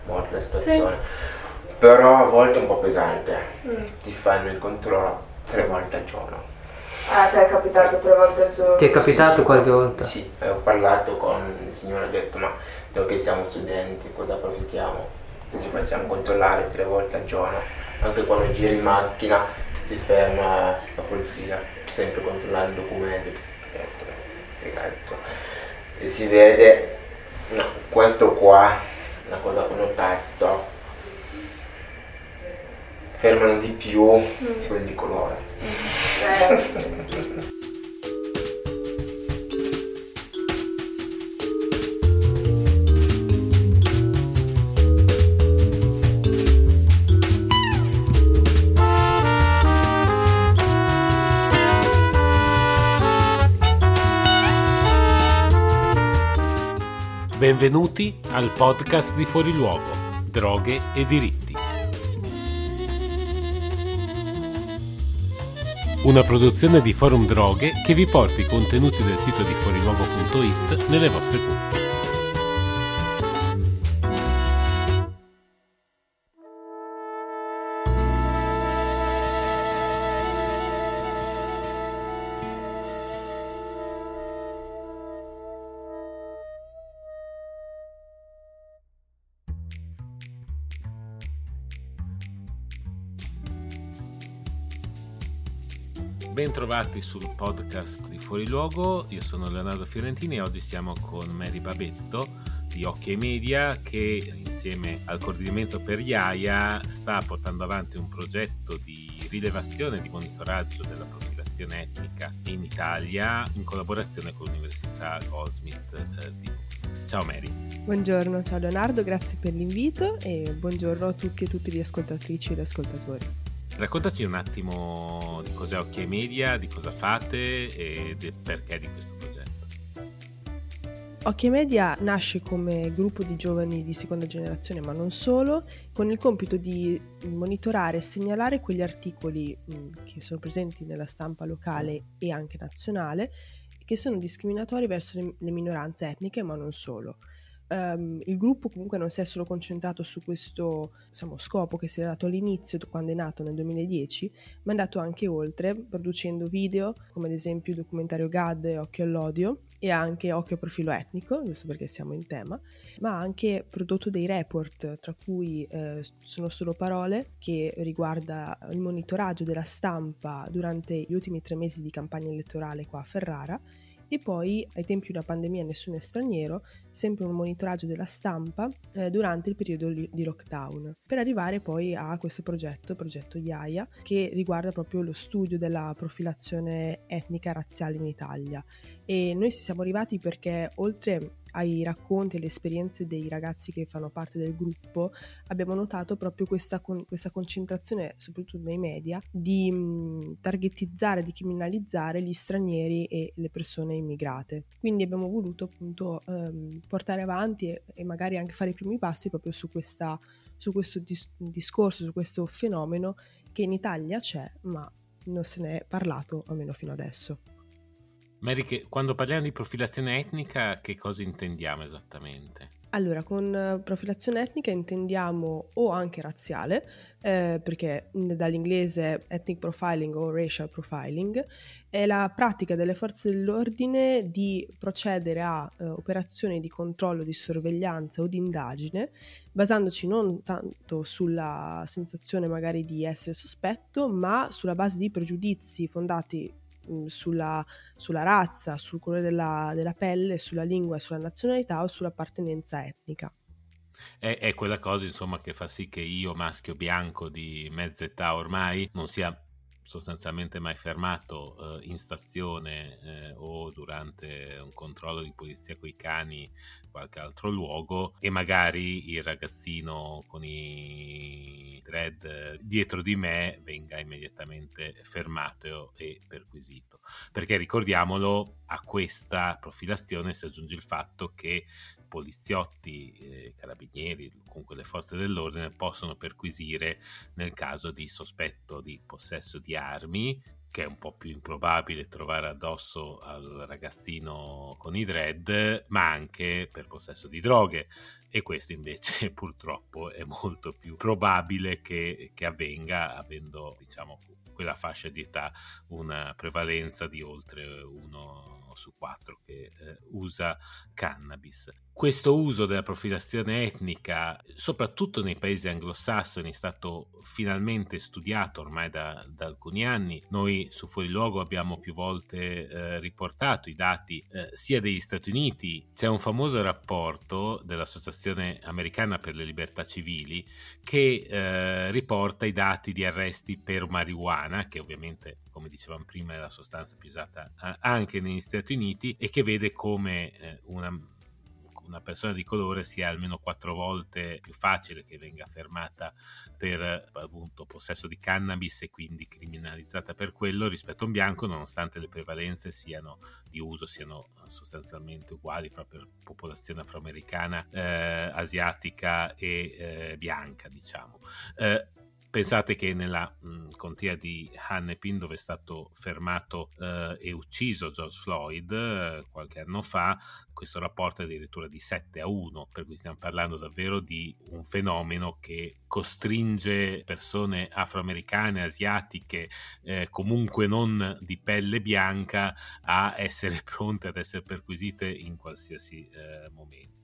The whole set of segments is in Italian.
molto la situazione, però a volte è un po' pesante, ti fanno il controllo 3 volte al giorno. Ah, ti è capitato 3 volte al giorno? Ti è capitato qualche volta? Sì, ho parlato con il signore, ho detto ma noi che siamo studenti cosa approfittiamo? Se ci facciamo controllare 3 volte al giorno, anche quando giri in macchina ti ferma la polizia, sempre controllare i documenti, ho detto, e si vede, no, questo qua, una cosa che ho notato, fermano di più quelli di colore. Benvenuti al podcast di Fuori Luogo, Droghe e Diritti. Una produzione di Forum Droghe che vi porta i contenuti del sito di fuoriluogo.it nelle vostre cuffie. Bentrovati sul podcast di Fuori Luogo, io sono Leonardo Fiorentini e oggi siamo con Mary Babetto di Occhi ai Media che insieme al coordinamento per IAIA sta portando avanti un progetto di rilevazione e di monitoraggio della profilazione etnica in Italia in collaborazione con l'Università Goldsmith di Londra. Ciao Mary. Buongiorno, ciao Leonardo, grazie per l'invito e buongiorno a tutti e tutte gli ascoltatrici ed ascoltatori. Raccontaci un attimo di cos'è Occhi ai Media, di cosa fate e del perché di questo progetto. Occhi ai Media nasce come gruppo di giovani di seconda generazione, ma non solo, con il compito di monitorare e segnalare quegli articoli che sono presenti nella stampa locale e anche nazionale, che sono discriminatori verso le minoranze etniche, ma non solo. Il gruppo comunque non si è solo concentrato su questo scopo che si era dato all'inizio quando è nato nel 2010, ma è andato anche oltre producendo video come ad esempio il documentario GAD e Occhio all'odio e anche Occhio a profilo etnico, giusto perché siamo in tema, ma ha anche prodotto dei report tra cui sono solo parole che riguarda il monitoraggio della stampa durante gli ultimi 3 mesi di campagna elettorale qua a Ferrara. E poi, ai tempi di una pandemia, nessuno è straniero, sempre un monitoraggio della stampa durante il periodo di lockdown, per arrivare poi a questo progetto IAIA, che riguarda proprio lo studio della profilazione etnica e razziale in Italia. E noi ci siamo arrivati perché, oltre ai racconti e alle esperienze dei ragazzi che fanno parte del gruppo, abbiamo notato proprio questa concentrazione, soprattutto nei media, di targetizzare, di criminalizzare gli stranieri e le persone immigrate. Quindi abbiamo voluto appunto portare avanti e magari anche fare i primi passi proprio su questo discorso, su questo fenomeno che in Italia c'è, ma non se ne è parlato, almeno fino adesso. Mary, quando parliamo di profilazione etnica, che cosa intendiamo esattamente? Allora, con profilazione etnica intendiamo o anche razziale, perché dall'inglese ethnic profiling o racial profiling, è la pratica delle forze dell'ordine di procedere a operazioni di controllo, di sorveglianza o di indagine, basandoci non tanto sulla sensazione magari di essere sospetto, ma sulla base di pregiudizi fondati sulla razza, sul colore della pelle, sulla lingua, sulla nazionalità o sull'appartenenza etnica. È quella cosa, insomma, che fa sì che io, maschio bianco di mezza età ormai, non sia sostanzialmente mai fermato in stazione o durante un controllo di polizia coi cani in qualche altro luogo e magari il ragazzino con i dread dietro di me venga immediatamente fermato e perquisito, perché ricordiamolo, a questa profilazione si aggiunge il fatto che poliziotti, carabinieri, comunque le forze dell'ordine possono perquisire nel caso di sospetto di possesso di armi che è un po' più improbabile trovare addosso al ragazzino con i dread, ma anche per possesso di droghe, e questo invece purtroppo è molto più probabile che avvenga avendo, diciamo, quella fascia di età una prevalenza di oltre 1 su 4 che usa cannabis. Questo uso della profilazione etnica, soprattutto nei paesi anglosassoni, è stato finalmente studiato ormai da alcuni anni. Noi su Fuori Luogo abbiamo più volte riportato i dati sia degli Stati Uniti. C'è un famoso rapporto dell'Associazione Americana per le Libertà Civili che riporta i dati di arresti per marijuana, che ovviamente, come dicevamo prima, è la sostanza più usata anche negli Stati Uniti, e che vede come una persona di colore sia almeno 4 volte più facile che venga fermata per appunto possesso di cannabis e quindi criminalizzata per quello rispetto a un bianco, nonostante le prevalenze di uso siano sostanzialmente uguali fra popolazione afroamericana, asiatica e bianca, diciamo. Pensate che nella contea di Hennepin, dove è stato fermato e ucciso George Floyd qualche anno fa, questo rapporto è addirittura di 7-1, per cui stiamo parlando davvero di un fenomeno che costringe persone afroamericane, asiatiche, comunque non di pelle bianca, a essere pronte ad essere perquisite in qualsiasi momento.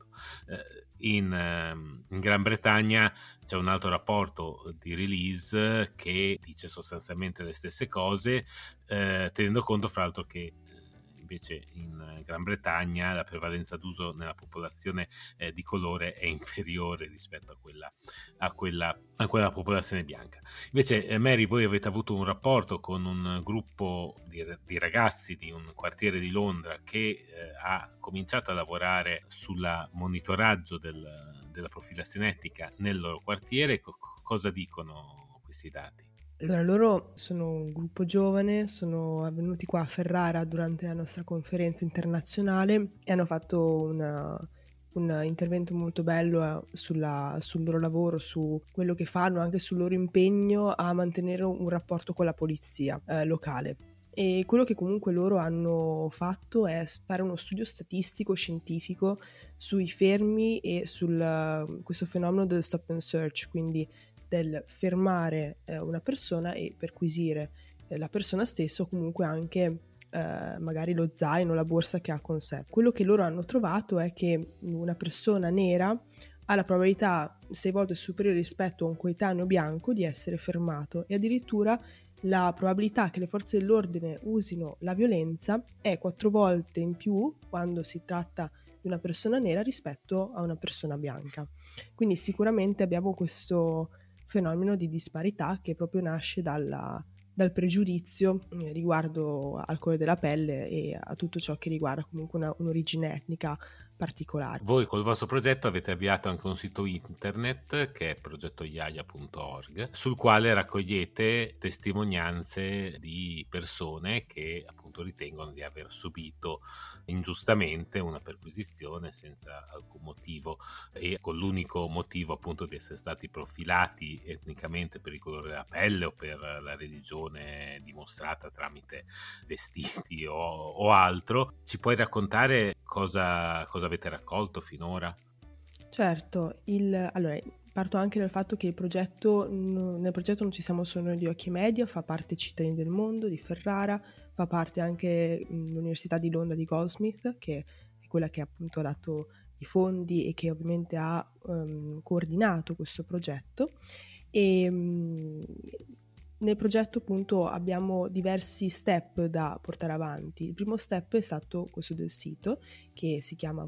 In Gran Bretagna c'è un altro rapporto di Release che dice sostanzialmente le stesse cose, tenendo conto fra l'altro che invece in Gran Bretagna la prevalenza d'uso nella popolazione di colore è inferiore rispetto a quella popolazione bianca. Invece Mary, voi avete avuto un rapporto con un gruppo di ragazzi di un quartiere di Londra che ha cominciato a lavorare sul monitoraggio della profilazione etnica nel loro quartiere. Cosa dicono questi dati? Allora, loro sono un gruppo giovane, sono venuti qua a Ferrara durante la nostra conferenza internazionale e hanno fatto un intervento molto bello sul loro lavoro, su quello che fanno, anche sul loro impegno a mantenere un rapporto con la polizia locale. E quello che comunque loro hanno fatto è fare uno studio statistico, scientifico, sui fermi e questo fenomeno del stop and search, quindi del fermare una persona e perquisire la persona stessa, o comunque anche magari lo zaino, la borsa che ha con sé. Quello che loro hanno trovato è che una persona nera ha la probabilità 6 volte superiore rispetto a un coetaneo bianco di essere fermato, e addirittura la probabilità che le forze dell'ordine usino la violenza è 4 volte in più quando si tratta di una persona nera rispetto a una persona bianca. Quindi sicuramente abbiamo questo fenomeno di disparità che proprio nasce dal pregiudizio riguardo al colore della pelle e a tutto ciò che riguarda comunque un'origine etnica particolare. Voi col vostro progetto avete avviato anche un sito internet che è progettoiaia.org, sul quale raccogliete testimonianze di persone che appunto ritengono di aver subito ingiustamente una perquisizione senza alcun motivo, e con l'unico motivo appunto di essere stati profilati etnicamente per il colore della pelle o per la religione dimostrata tramite vestiti o altro. Ci puoi raccontare cosa avete raccolto finora? Certo, allora parto anche dal fatto che nel progetto non ci siamo solo noi di Occhie Media, fa parte Cittadini del Mondo di Ferrara, fa parte anche l'Università di Londra di Goldsmith, che è quella che appunto ha dato i fondi e che ovviamente ha coordinato questo progetto. E nel progetto appunto abbiamo diversi step da portare avanti. Il primo step è stato questo del sito, che si chiama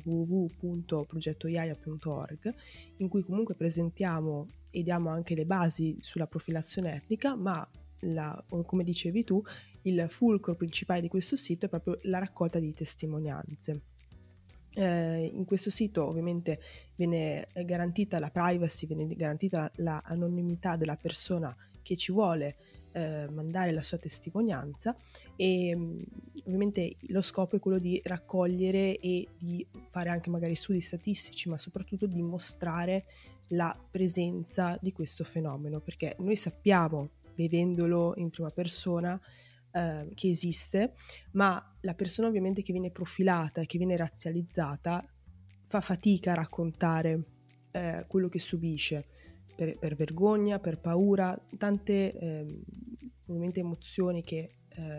www.progettoiaia.org, in cui comunque presentiamo e diamo anche le basi sulla profilazione etnica, ma come dicevi tu, il fulcro principale di questo sito è proprio la raccolta di testimonianze. In questo sito ovviamente viene garantita la privacy, viene garantita l'anonimità della persona che ci vuole mandare la sua testimonianza, e ovviamente lo scopo è quello di raccogliere e di fare anche magari studi statistici, ma soprattutto di mostrare la presenza di questo fenomeno, perché noi sappiamo, vedendolo in prima persona, che esiste, ma la persona ovviamente che viene profilata, che viene razzializzata, fa fatica a raccontare quello che subisce per vergogna, per paura, tante ovviamente emozioni che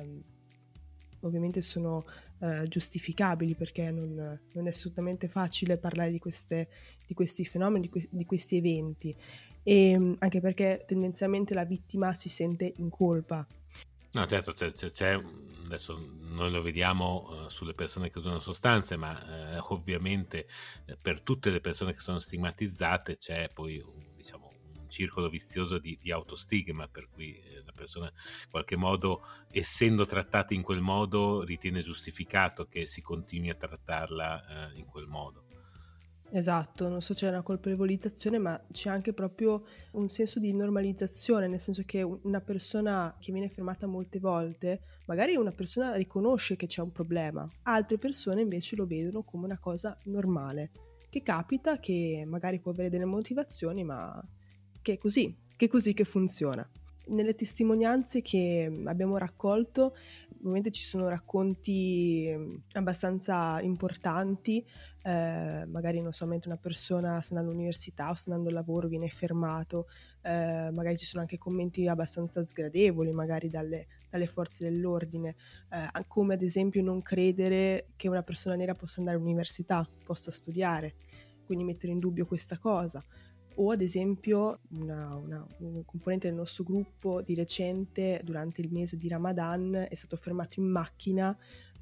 ovviamente sono giustificabili, perché non è assolutamente facile parlare di questi fenomeni, di questi eventi, e anche perché tendenzialmente la vittima si sente in colpa. No, certo, adesso noi lo vediamo sulle persone che usano sostanze, ma ovviamente per tutte le persone che sono stigmatizzate c'è poi un circolo vizioso di autostigma, per cui la persona in qualche modo, essendo trattata in quel modo, ritiene giustificato che si continui a trattarla in quel modo. Esatto, non so, c'è una colpevolizzazione, ma c'è anche proprio un senso di normalizzazione, nel senso che una persona che viene fermata molte volte, magari una persona riconosce che c'è un problema, altre persone invece lo vedono come una cosa normale, che capita, che magari può avere delle motivazioni, ma che è così che funziona. Nelle testimonianze che abbiamo raccolto, ovviamente ci sono racconti abbastanza importanti, magari non so, mentre una persona sta andando all'università o sta andando al lavoro viene fermato, magari ci sono anche commenti abbastanza sgradevoli magari dalle forze dell'ordine, come ad esempio non credere che una persona nera possa andare all'università, possa studiare, quindi mettere in dubbio questa cosa. O ad esempio un componente del nostro gruppo di recente, durante il mese di Ramadan, è stato fermato in macchina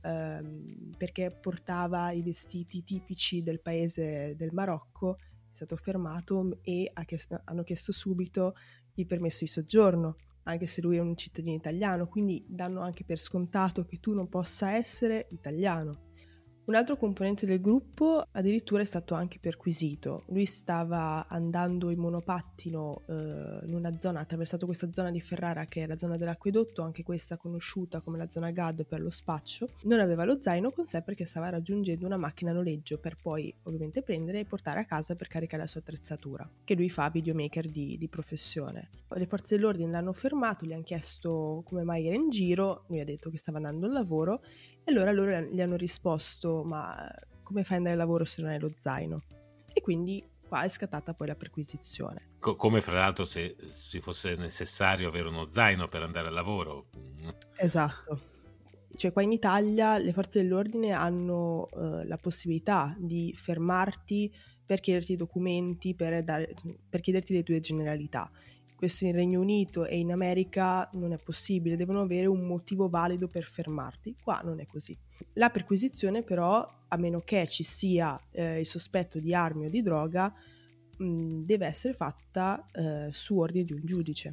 perché portava i vestiti tipici del paese del Marocco, è stato fermato e hanno chiesto subito il permesso di soggiorno, anche se lui è un cittadino italiano, quindi danno anche per scontato che tu non possa essere italiano. Un altro componente del gruppo addirittura è stato anche perquisito. Lui stava andando in monopattino in una zona, ha attraversato questa zona di Ferrara che è la zona dell'acquedotto, anche questa conosciuta come la zona GAD per lo spaccio. Non aveva lo zaino con sé perché stava raggiungendo una macchina a noleggio per poi ovviamente prendere e portare a casa per caricare la sua attrezzatura, che lui fa videomaker di professione. Le forze dell'ordine l'hanno fermato, gli hanno chiesto come mai era in giro, lui ha detto che stava andando al lavoro. E allora loro gli hanno risposto: ma come fai ad andare al lavoro se non hai lo zaino? E quindi qua è scattata poi la perquisizione. Come fra l'altro se si fosse necessario avere uno zaino per andare al lavoro. Esatto. Cioè qua in Italia le forze dell'ordine hanno la possibilità di fermarti per chiederti i documenti, per chiederti le tue generalità. Questo in Regno Unito e in America non è possibile, devono avere un motivo valido per fermarti. Qua non è così. La perquisizione però, a meno che ci sia il sospetto di armi o di droga, deve essere fatta su ordine di un giudice.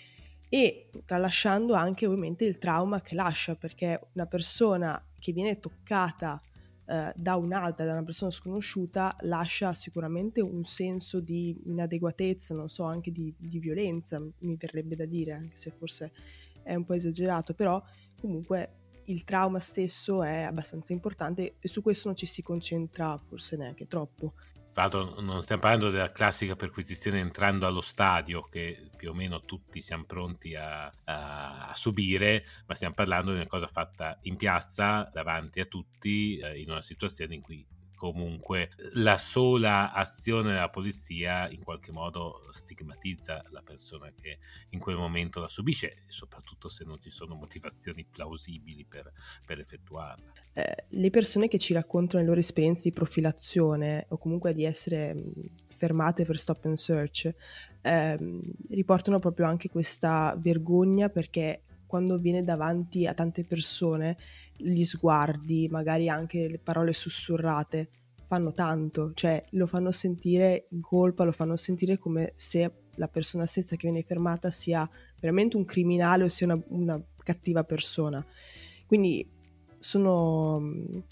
E tralasciando anche ovviamente il trauma che lascia, perché una persona che viene toccata da un'altra, da una persona sconosciuta, lascia sicuramente un senso di inadeguatezza, non so, anche di violenza, mi verrebbe da dire, anche se forse è un po' esagerato, però comunque il trauma stesso è abbastanza importante e su questo non ci si concentra forse neanche troppo. Tra l'altro non stiamo parlando della classica perquisizione entrando allo stadio, che più o meno tutti siamo pronti a subire, ma stiamo parlando di una cosa fatta in piazza davanti a tutti, in una situazione in cui comunque la sola azione della polizia in qualche modo stigmatizza la persona che in quel momento la subisce, soprattutto se non ci sono motivazioni plausibili per effettuarla. Le persone che ci raccontano le loro esperienze di profilazione o comunque di essere fermate per stop and search riportano proprio anche questa vergogna, perché quando viene davanti a tante persone gli sguardi, magari anche le parole sussurrate fanno tanto, cioè lo fanno sentire in colpa, lo fanno sentire come se la persona stessa che viene fermata sia veramente un criminale o sia una cattiva persona. Quindi sono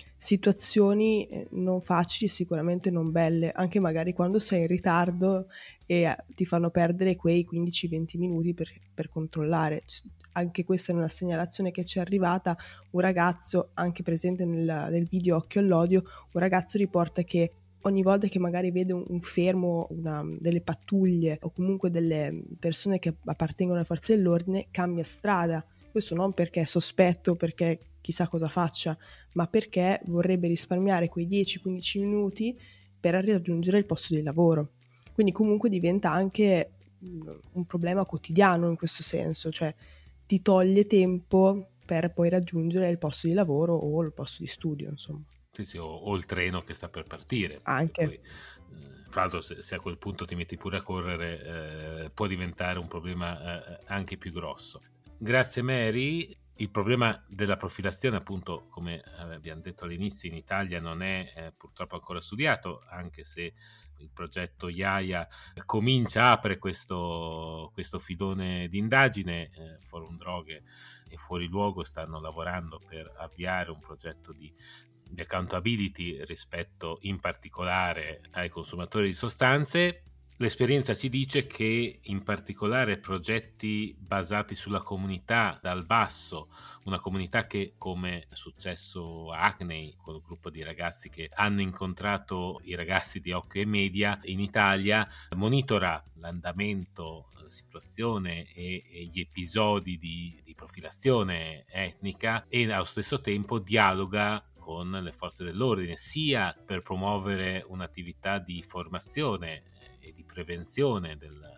situazioni non facili, sicuramente non belle, anche magari quando sei in ritardo e ti fanno perdere quei 15-20 minuti per controllare. Anche questa è una segnalazione che ci è arrivata. Un ragazzo, anche presente nel video Occhio all'odio, un ragazzo riporta che ogni volta che magari vede un fermo, delle pattuglie o comunque delle persone che appartengono alle forze dell'ordine, cambia strada, Questo non perché è sospetto, perché chissà cosa faccia, ma perché vorrebbe risparmiare quei 10-15 minuti per raggiungere il posto di lavoro. Quindi comunque diventa anche un problema quotidiano in questo senso, cioè ti toglie tempo per poi raggiungere il posto di lavoro o il posto di studio, insomma. Sì, o il treno che sta per partire. Anche. Poi, fra l'altro, se a quel punto ti metti pure a correre, può diventare un problema anche più grosso. Grazie Mary. Il problema della profilazione, appunto, come abbiamo detto all'inizio, in Italia non è purtroppo ancora studiato, anche se il progetto IAIA apre questo filone di indagine. Forum Droghe e Fuori Luogo stanno lavorando per avviare un progetto di accountability rispetto in particolare ai consumatori di sostanze. L'esperienza ci dice che in particolare progetti basati sulla comunità dal basso, una comunità che, come è successo a Acne con il gruppo di ragazzi che hanno incontrato i ragazzi di Occhio e Media in Italia, monitora l'andamento, la situazione e gli episodi di profilazione etnica e allo stesso tempo dialoga con le forze dell'ordine, sia per promuovere un'attività di formazione e di prevenzione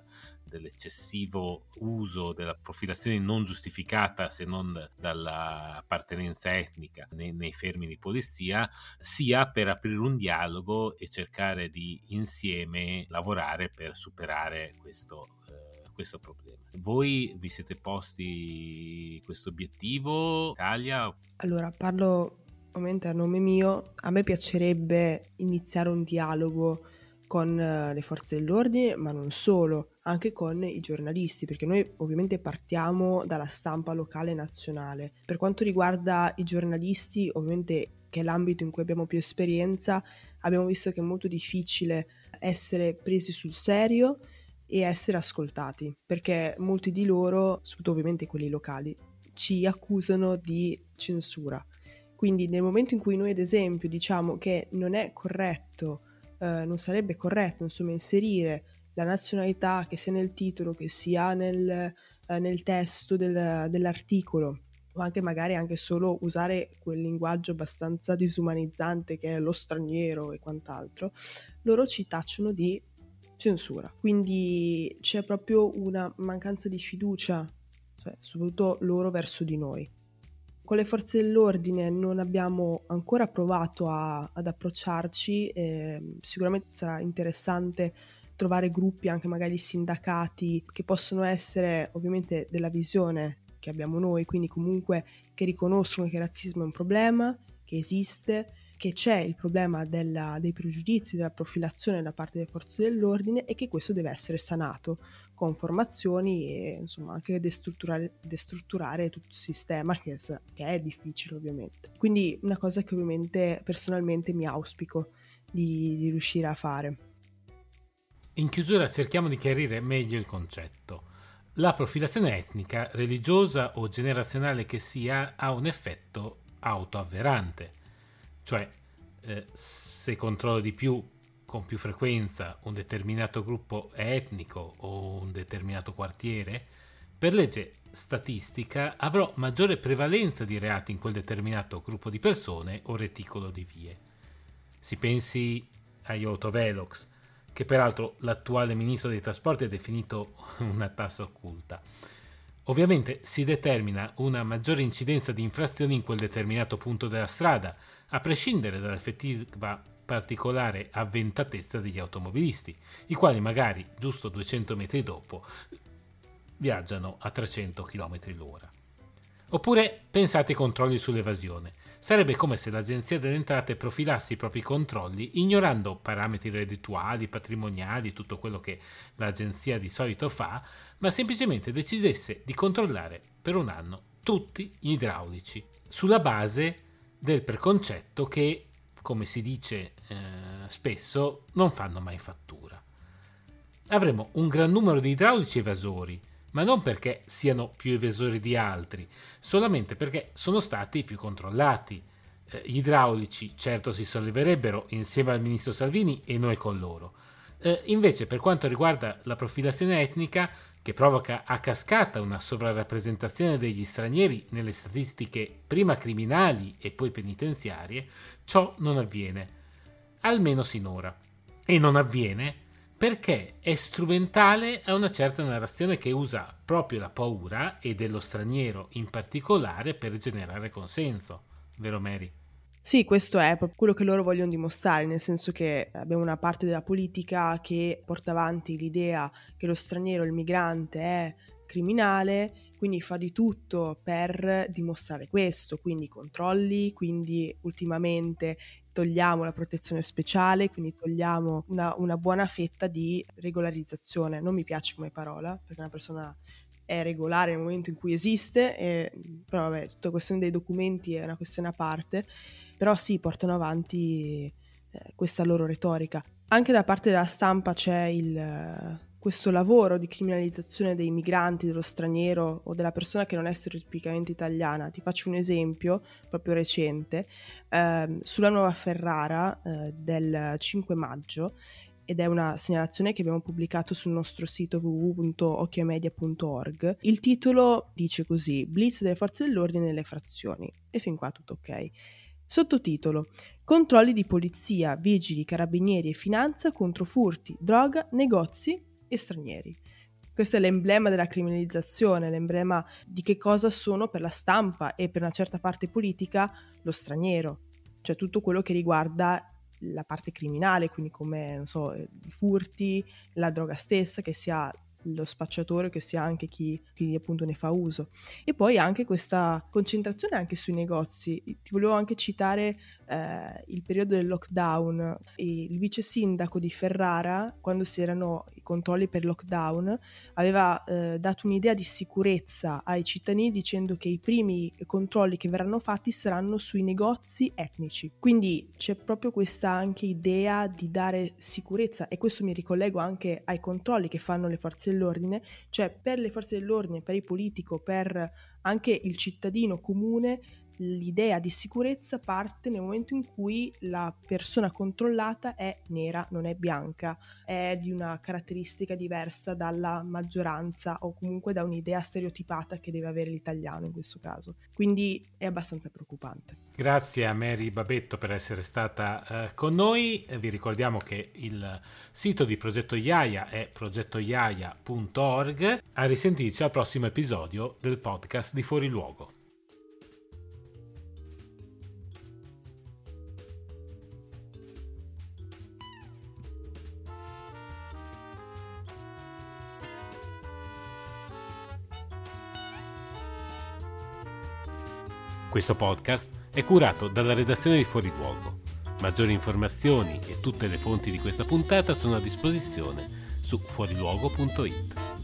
dell'eccessivo uso della profilazione non giustificata se non dall'appartenenza etnica nei fermi di polizia, sia per aprire un dialogo e cercare di insieme lavorare per superare questo problema. Voi vi siete posti questo obiettivo, Italia? Allora, parlo ovviamente a nome mio. A me piacerebbe iniziare un dialogo con le forze dell'ordine, ma non solo, anche con i giornalisti, perché noi ovviamente partiamo dalla stampa locale e nazionale. Per quanto riguarda i giornalisti, ovviamente, che è l'ambito in cui abbiamo più esperienza, abbiamo visto che è molto difficile essere presi sul serio e essere ascoltati, perché molti di loro, soprattutto ovviamente quelli locali, ci accusano di censura. Quindi nel momento in cui noi ad esempio diciamo che non è corretto, non sarebbe corretto insomma inserire la nazionalità, che sia nel titolo, che sia nel testo dell'articolo, o anche magari anche solo usare quel linguaggio abbastanza disumanizzante che è lo straniero e quant'altro, loro ci tacciono di censura. Quindi c'è proprio una mancanza di fiducia, cioè, soprattutto loro verso di noi. Con le forze dell'ordine non abbiamo ancora provato ad approcciarci, sicuramente sarà interessante trovare gruppi, anche magari sindacati, che possono essere ovviamente della visione che abbiamo noi, quindi comunque che riconoscono che il razzismo è un problema, che esiste, che c'è il problema dei pregiudizi, della profilazione da parte delle forze dell'ordine e che questo deve essere sanato con formazioni e insomma anche destrutturare tutto il sistema che è difficile ovviamente. Quindi una cosa che ovviamente personalmente mi auspico di riuscire a fare. In chiusura cerchiamo di chiarire meglio il concetto. La profilazione etnica, religiosa o generazionale che sia, ha un effetto autoavverante. Cioè, se controllo di più, con più frequenza, un determinato gruppo etnico o un determinato quartiere, per legge statistica avrò maggiore prevalenza di reati in quel determinato gruppo di persone o reticolo di vie. Si pensi agli autovelox, che peraltro l'attuale ministro dei trasporti ha definito una tassa occulta. Ovviamente si determina una maggiore incidenza di infrazioni in quel determinato punto della strada, a prescindere dall'effettiva particolare avventatezza degli automobilisti, i quali magari giusto 200 metri dopo viaggiano a 300 km l'ora. Oppure pensate ai controlli sull'evasione. Sarebbe come se l'Agenzia delle Entrate profilasse i propri controlli ignorando parametri reddituali, patrimoniali, tutto quello che l'agenzia di solito fa, ma semplicemente decidesse di controllare per un anno tutti gli idraulici, sulla base del preconcetto che, come si dice spesso, non fanno mai fattura. Avremo un gran numero di idraulici evasori, ma non perché siano più evasori di altri, solamente perché sono stati più controllati. Gli idraulici certo si solleverebbero insieme al ministro Salvini e noi con loro. Invece, per quanto riguarda la profilazione etnica, che provoca a cascata una sovrarappresentazione degli stranieri nelle statistiche prima criminali e poi penitenziarie, ciò non avviene, almeno sinora. E non avviene perché è strumentale a una certa narrazione che usa proprio la paura e dello straniero in particolare per generare consenso. Vero Mary? Sì, questo è proprio quello che loro vogliono dimostrare, nel senso che abbiamo una parte della politica che porta avanti l'idea che lo straniero, il migrante è criminale, quindi fa di tutto per dimostrare questo, quindi controlli, quindi ultimamente togliamo la protezione speciale, quindi togliamo una buona fetta di regolarizzazione. Non mi piace come parola, perché una persona è regolare nel momento in cui esiste, però vabbè, tutta la questione dei documenti è una questione a parte, però sì, portano avanti questa loro retorica. Anche da parte della stampa c'è questo lavoro di criminalizzazione dei migranti, dello straniero o della persona che non è stereotipicamente italiana. Ti faccio un esempio proprio recente, sulla Nuova Ferrara del 5 maggio, ed è una segnalazione che abbiamo pubblicato sul nostro sito www.occhiomedia.org. Il titolo dice così: Blitz delle forze dell'ordine nelle frazioni, e fin qua tutto ok. Sottotitolo: controlli di polizia, vigili, carabinieri e finanza contro furti, droga, negozi e stranieri. Questo è l'emblema della criminalizzazione, l'emblema di che cosa sono per la stampa e per una certa parte politica lo straniero, cioè tutto quello che riguarda la parte criminale, quindi come, non so, i furti, la droga stessa, che sia lo spacciatore, che sia anche chi appunto ne fa uso. E poi anche questa concentrazione anche sui negozi. Ti volevo anche citare il periodo del lockdown. Il vice sindaco di Ferrara, quando si erano i controlli per lockdown, aveva dato un'idea di sicurezza ai cittadini dicendo che i primi controlli che verranno fatti saranno sui negozi etnici. Quindi c'è proprio questa anche idea di dare sicurezza, e questo mi ricollego anche ai controlli che fanno le forze dell'ordine, cioè per le forze dell'ordine, per il politico, per anche il cittadino comune, l'idea di sicurezza parte nel momento in cui la persona controllata è nera, non è bianca, è di una caratteristica diversa dalla maggioranza o comunque da un'idea stereotipata che deve avere l'italiano in questo caso. Quindi è abbastanza preoccupante. Grazie a Mary Babetto per essere stata con noi. Vi ricordiamo che il sito di Progetto Iaia è progettoiaia.org. A risentirci al prossimo episodio del podcast di Fuori Luogo. Questo podcast è curato dalla redazione di Fuori Luogo. Maggiori informazioni e tutte le fonti di questa puntata sono a disposizione su fuoriluogo.it.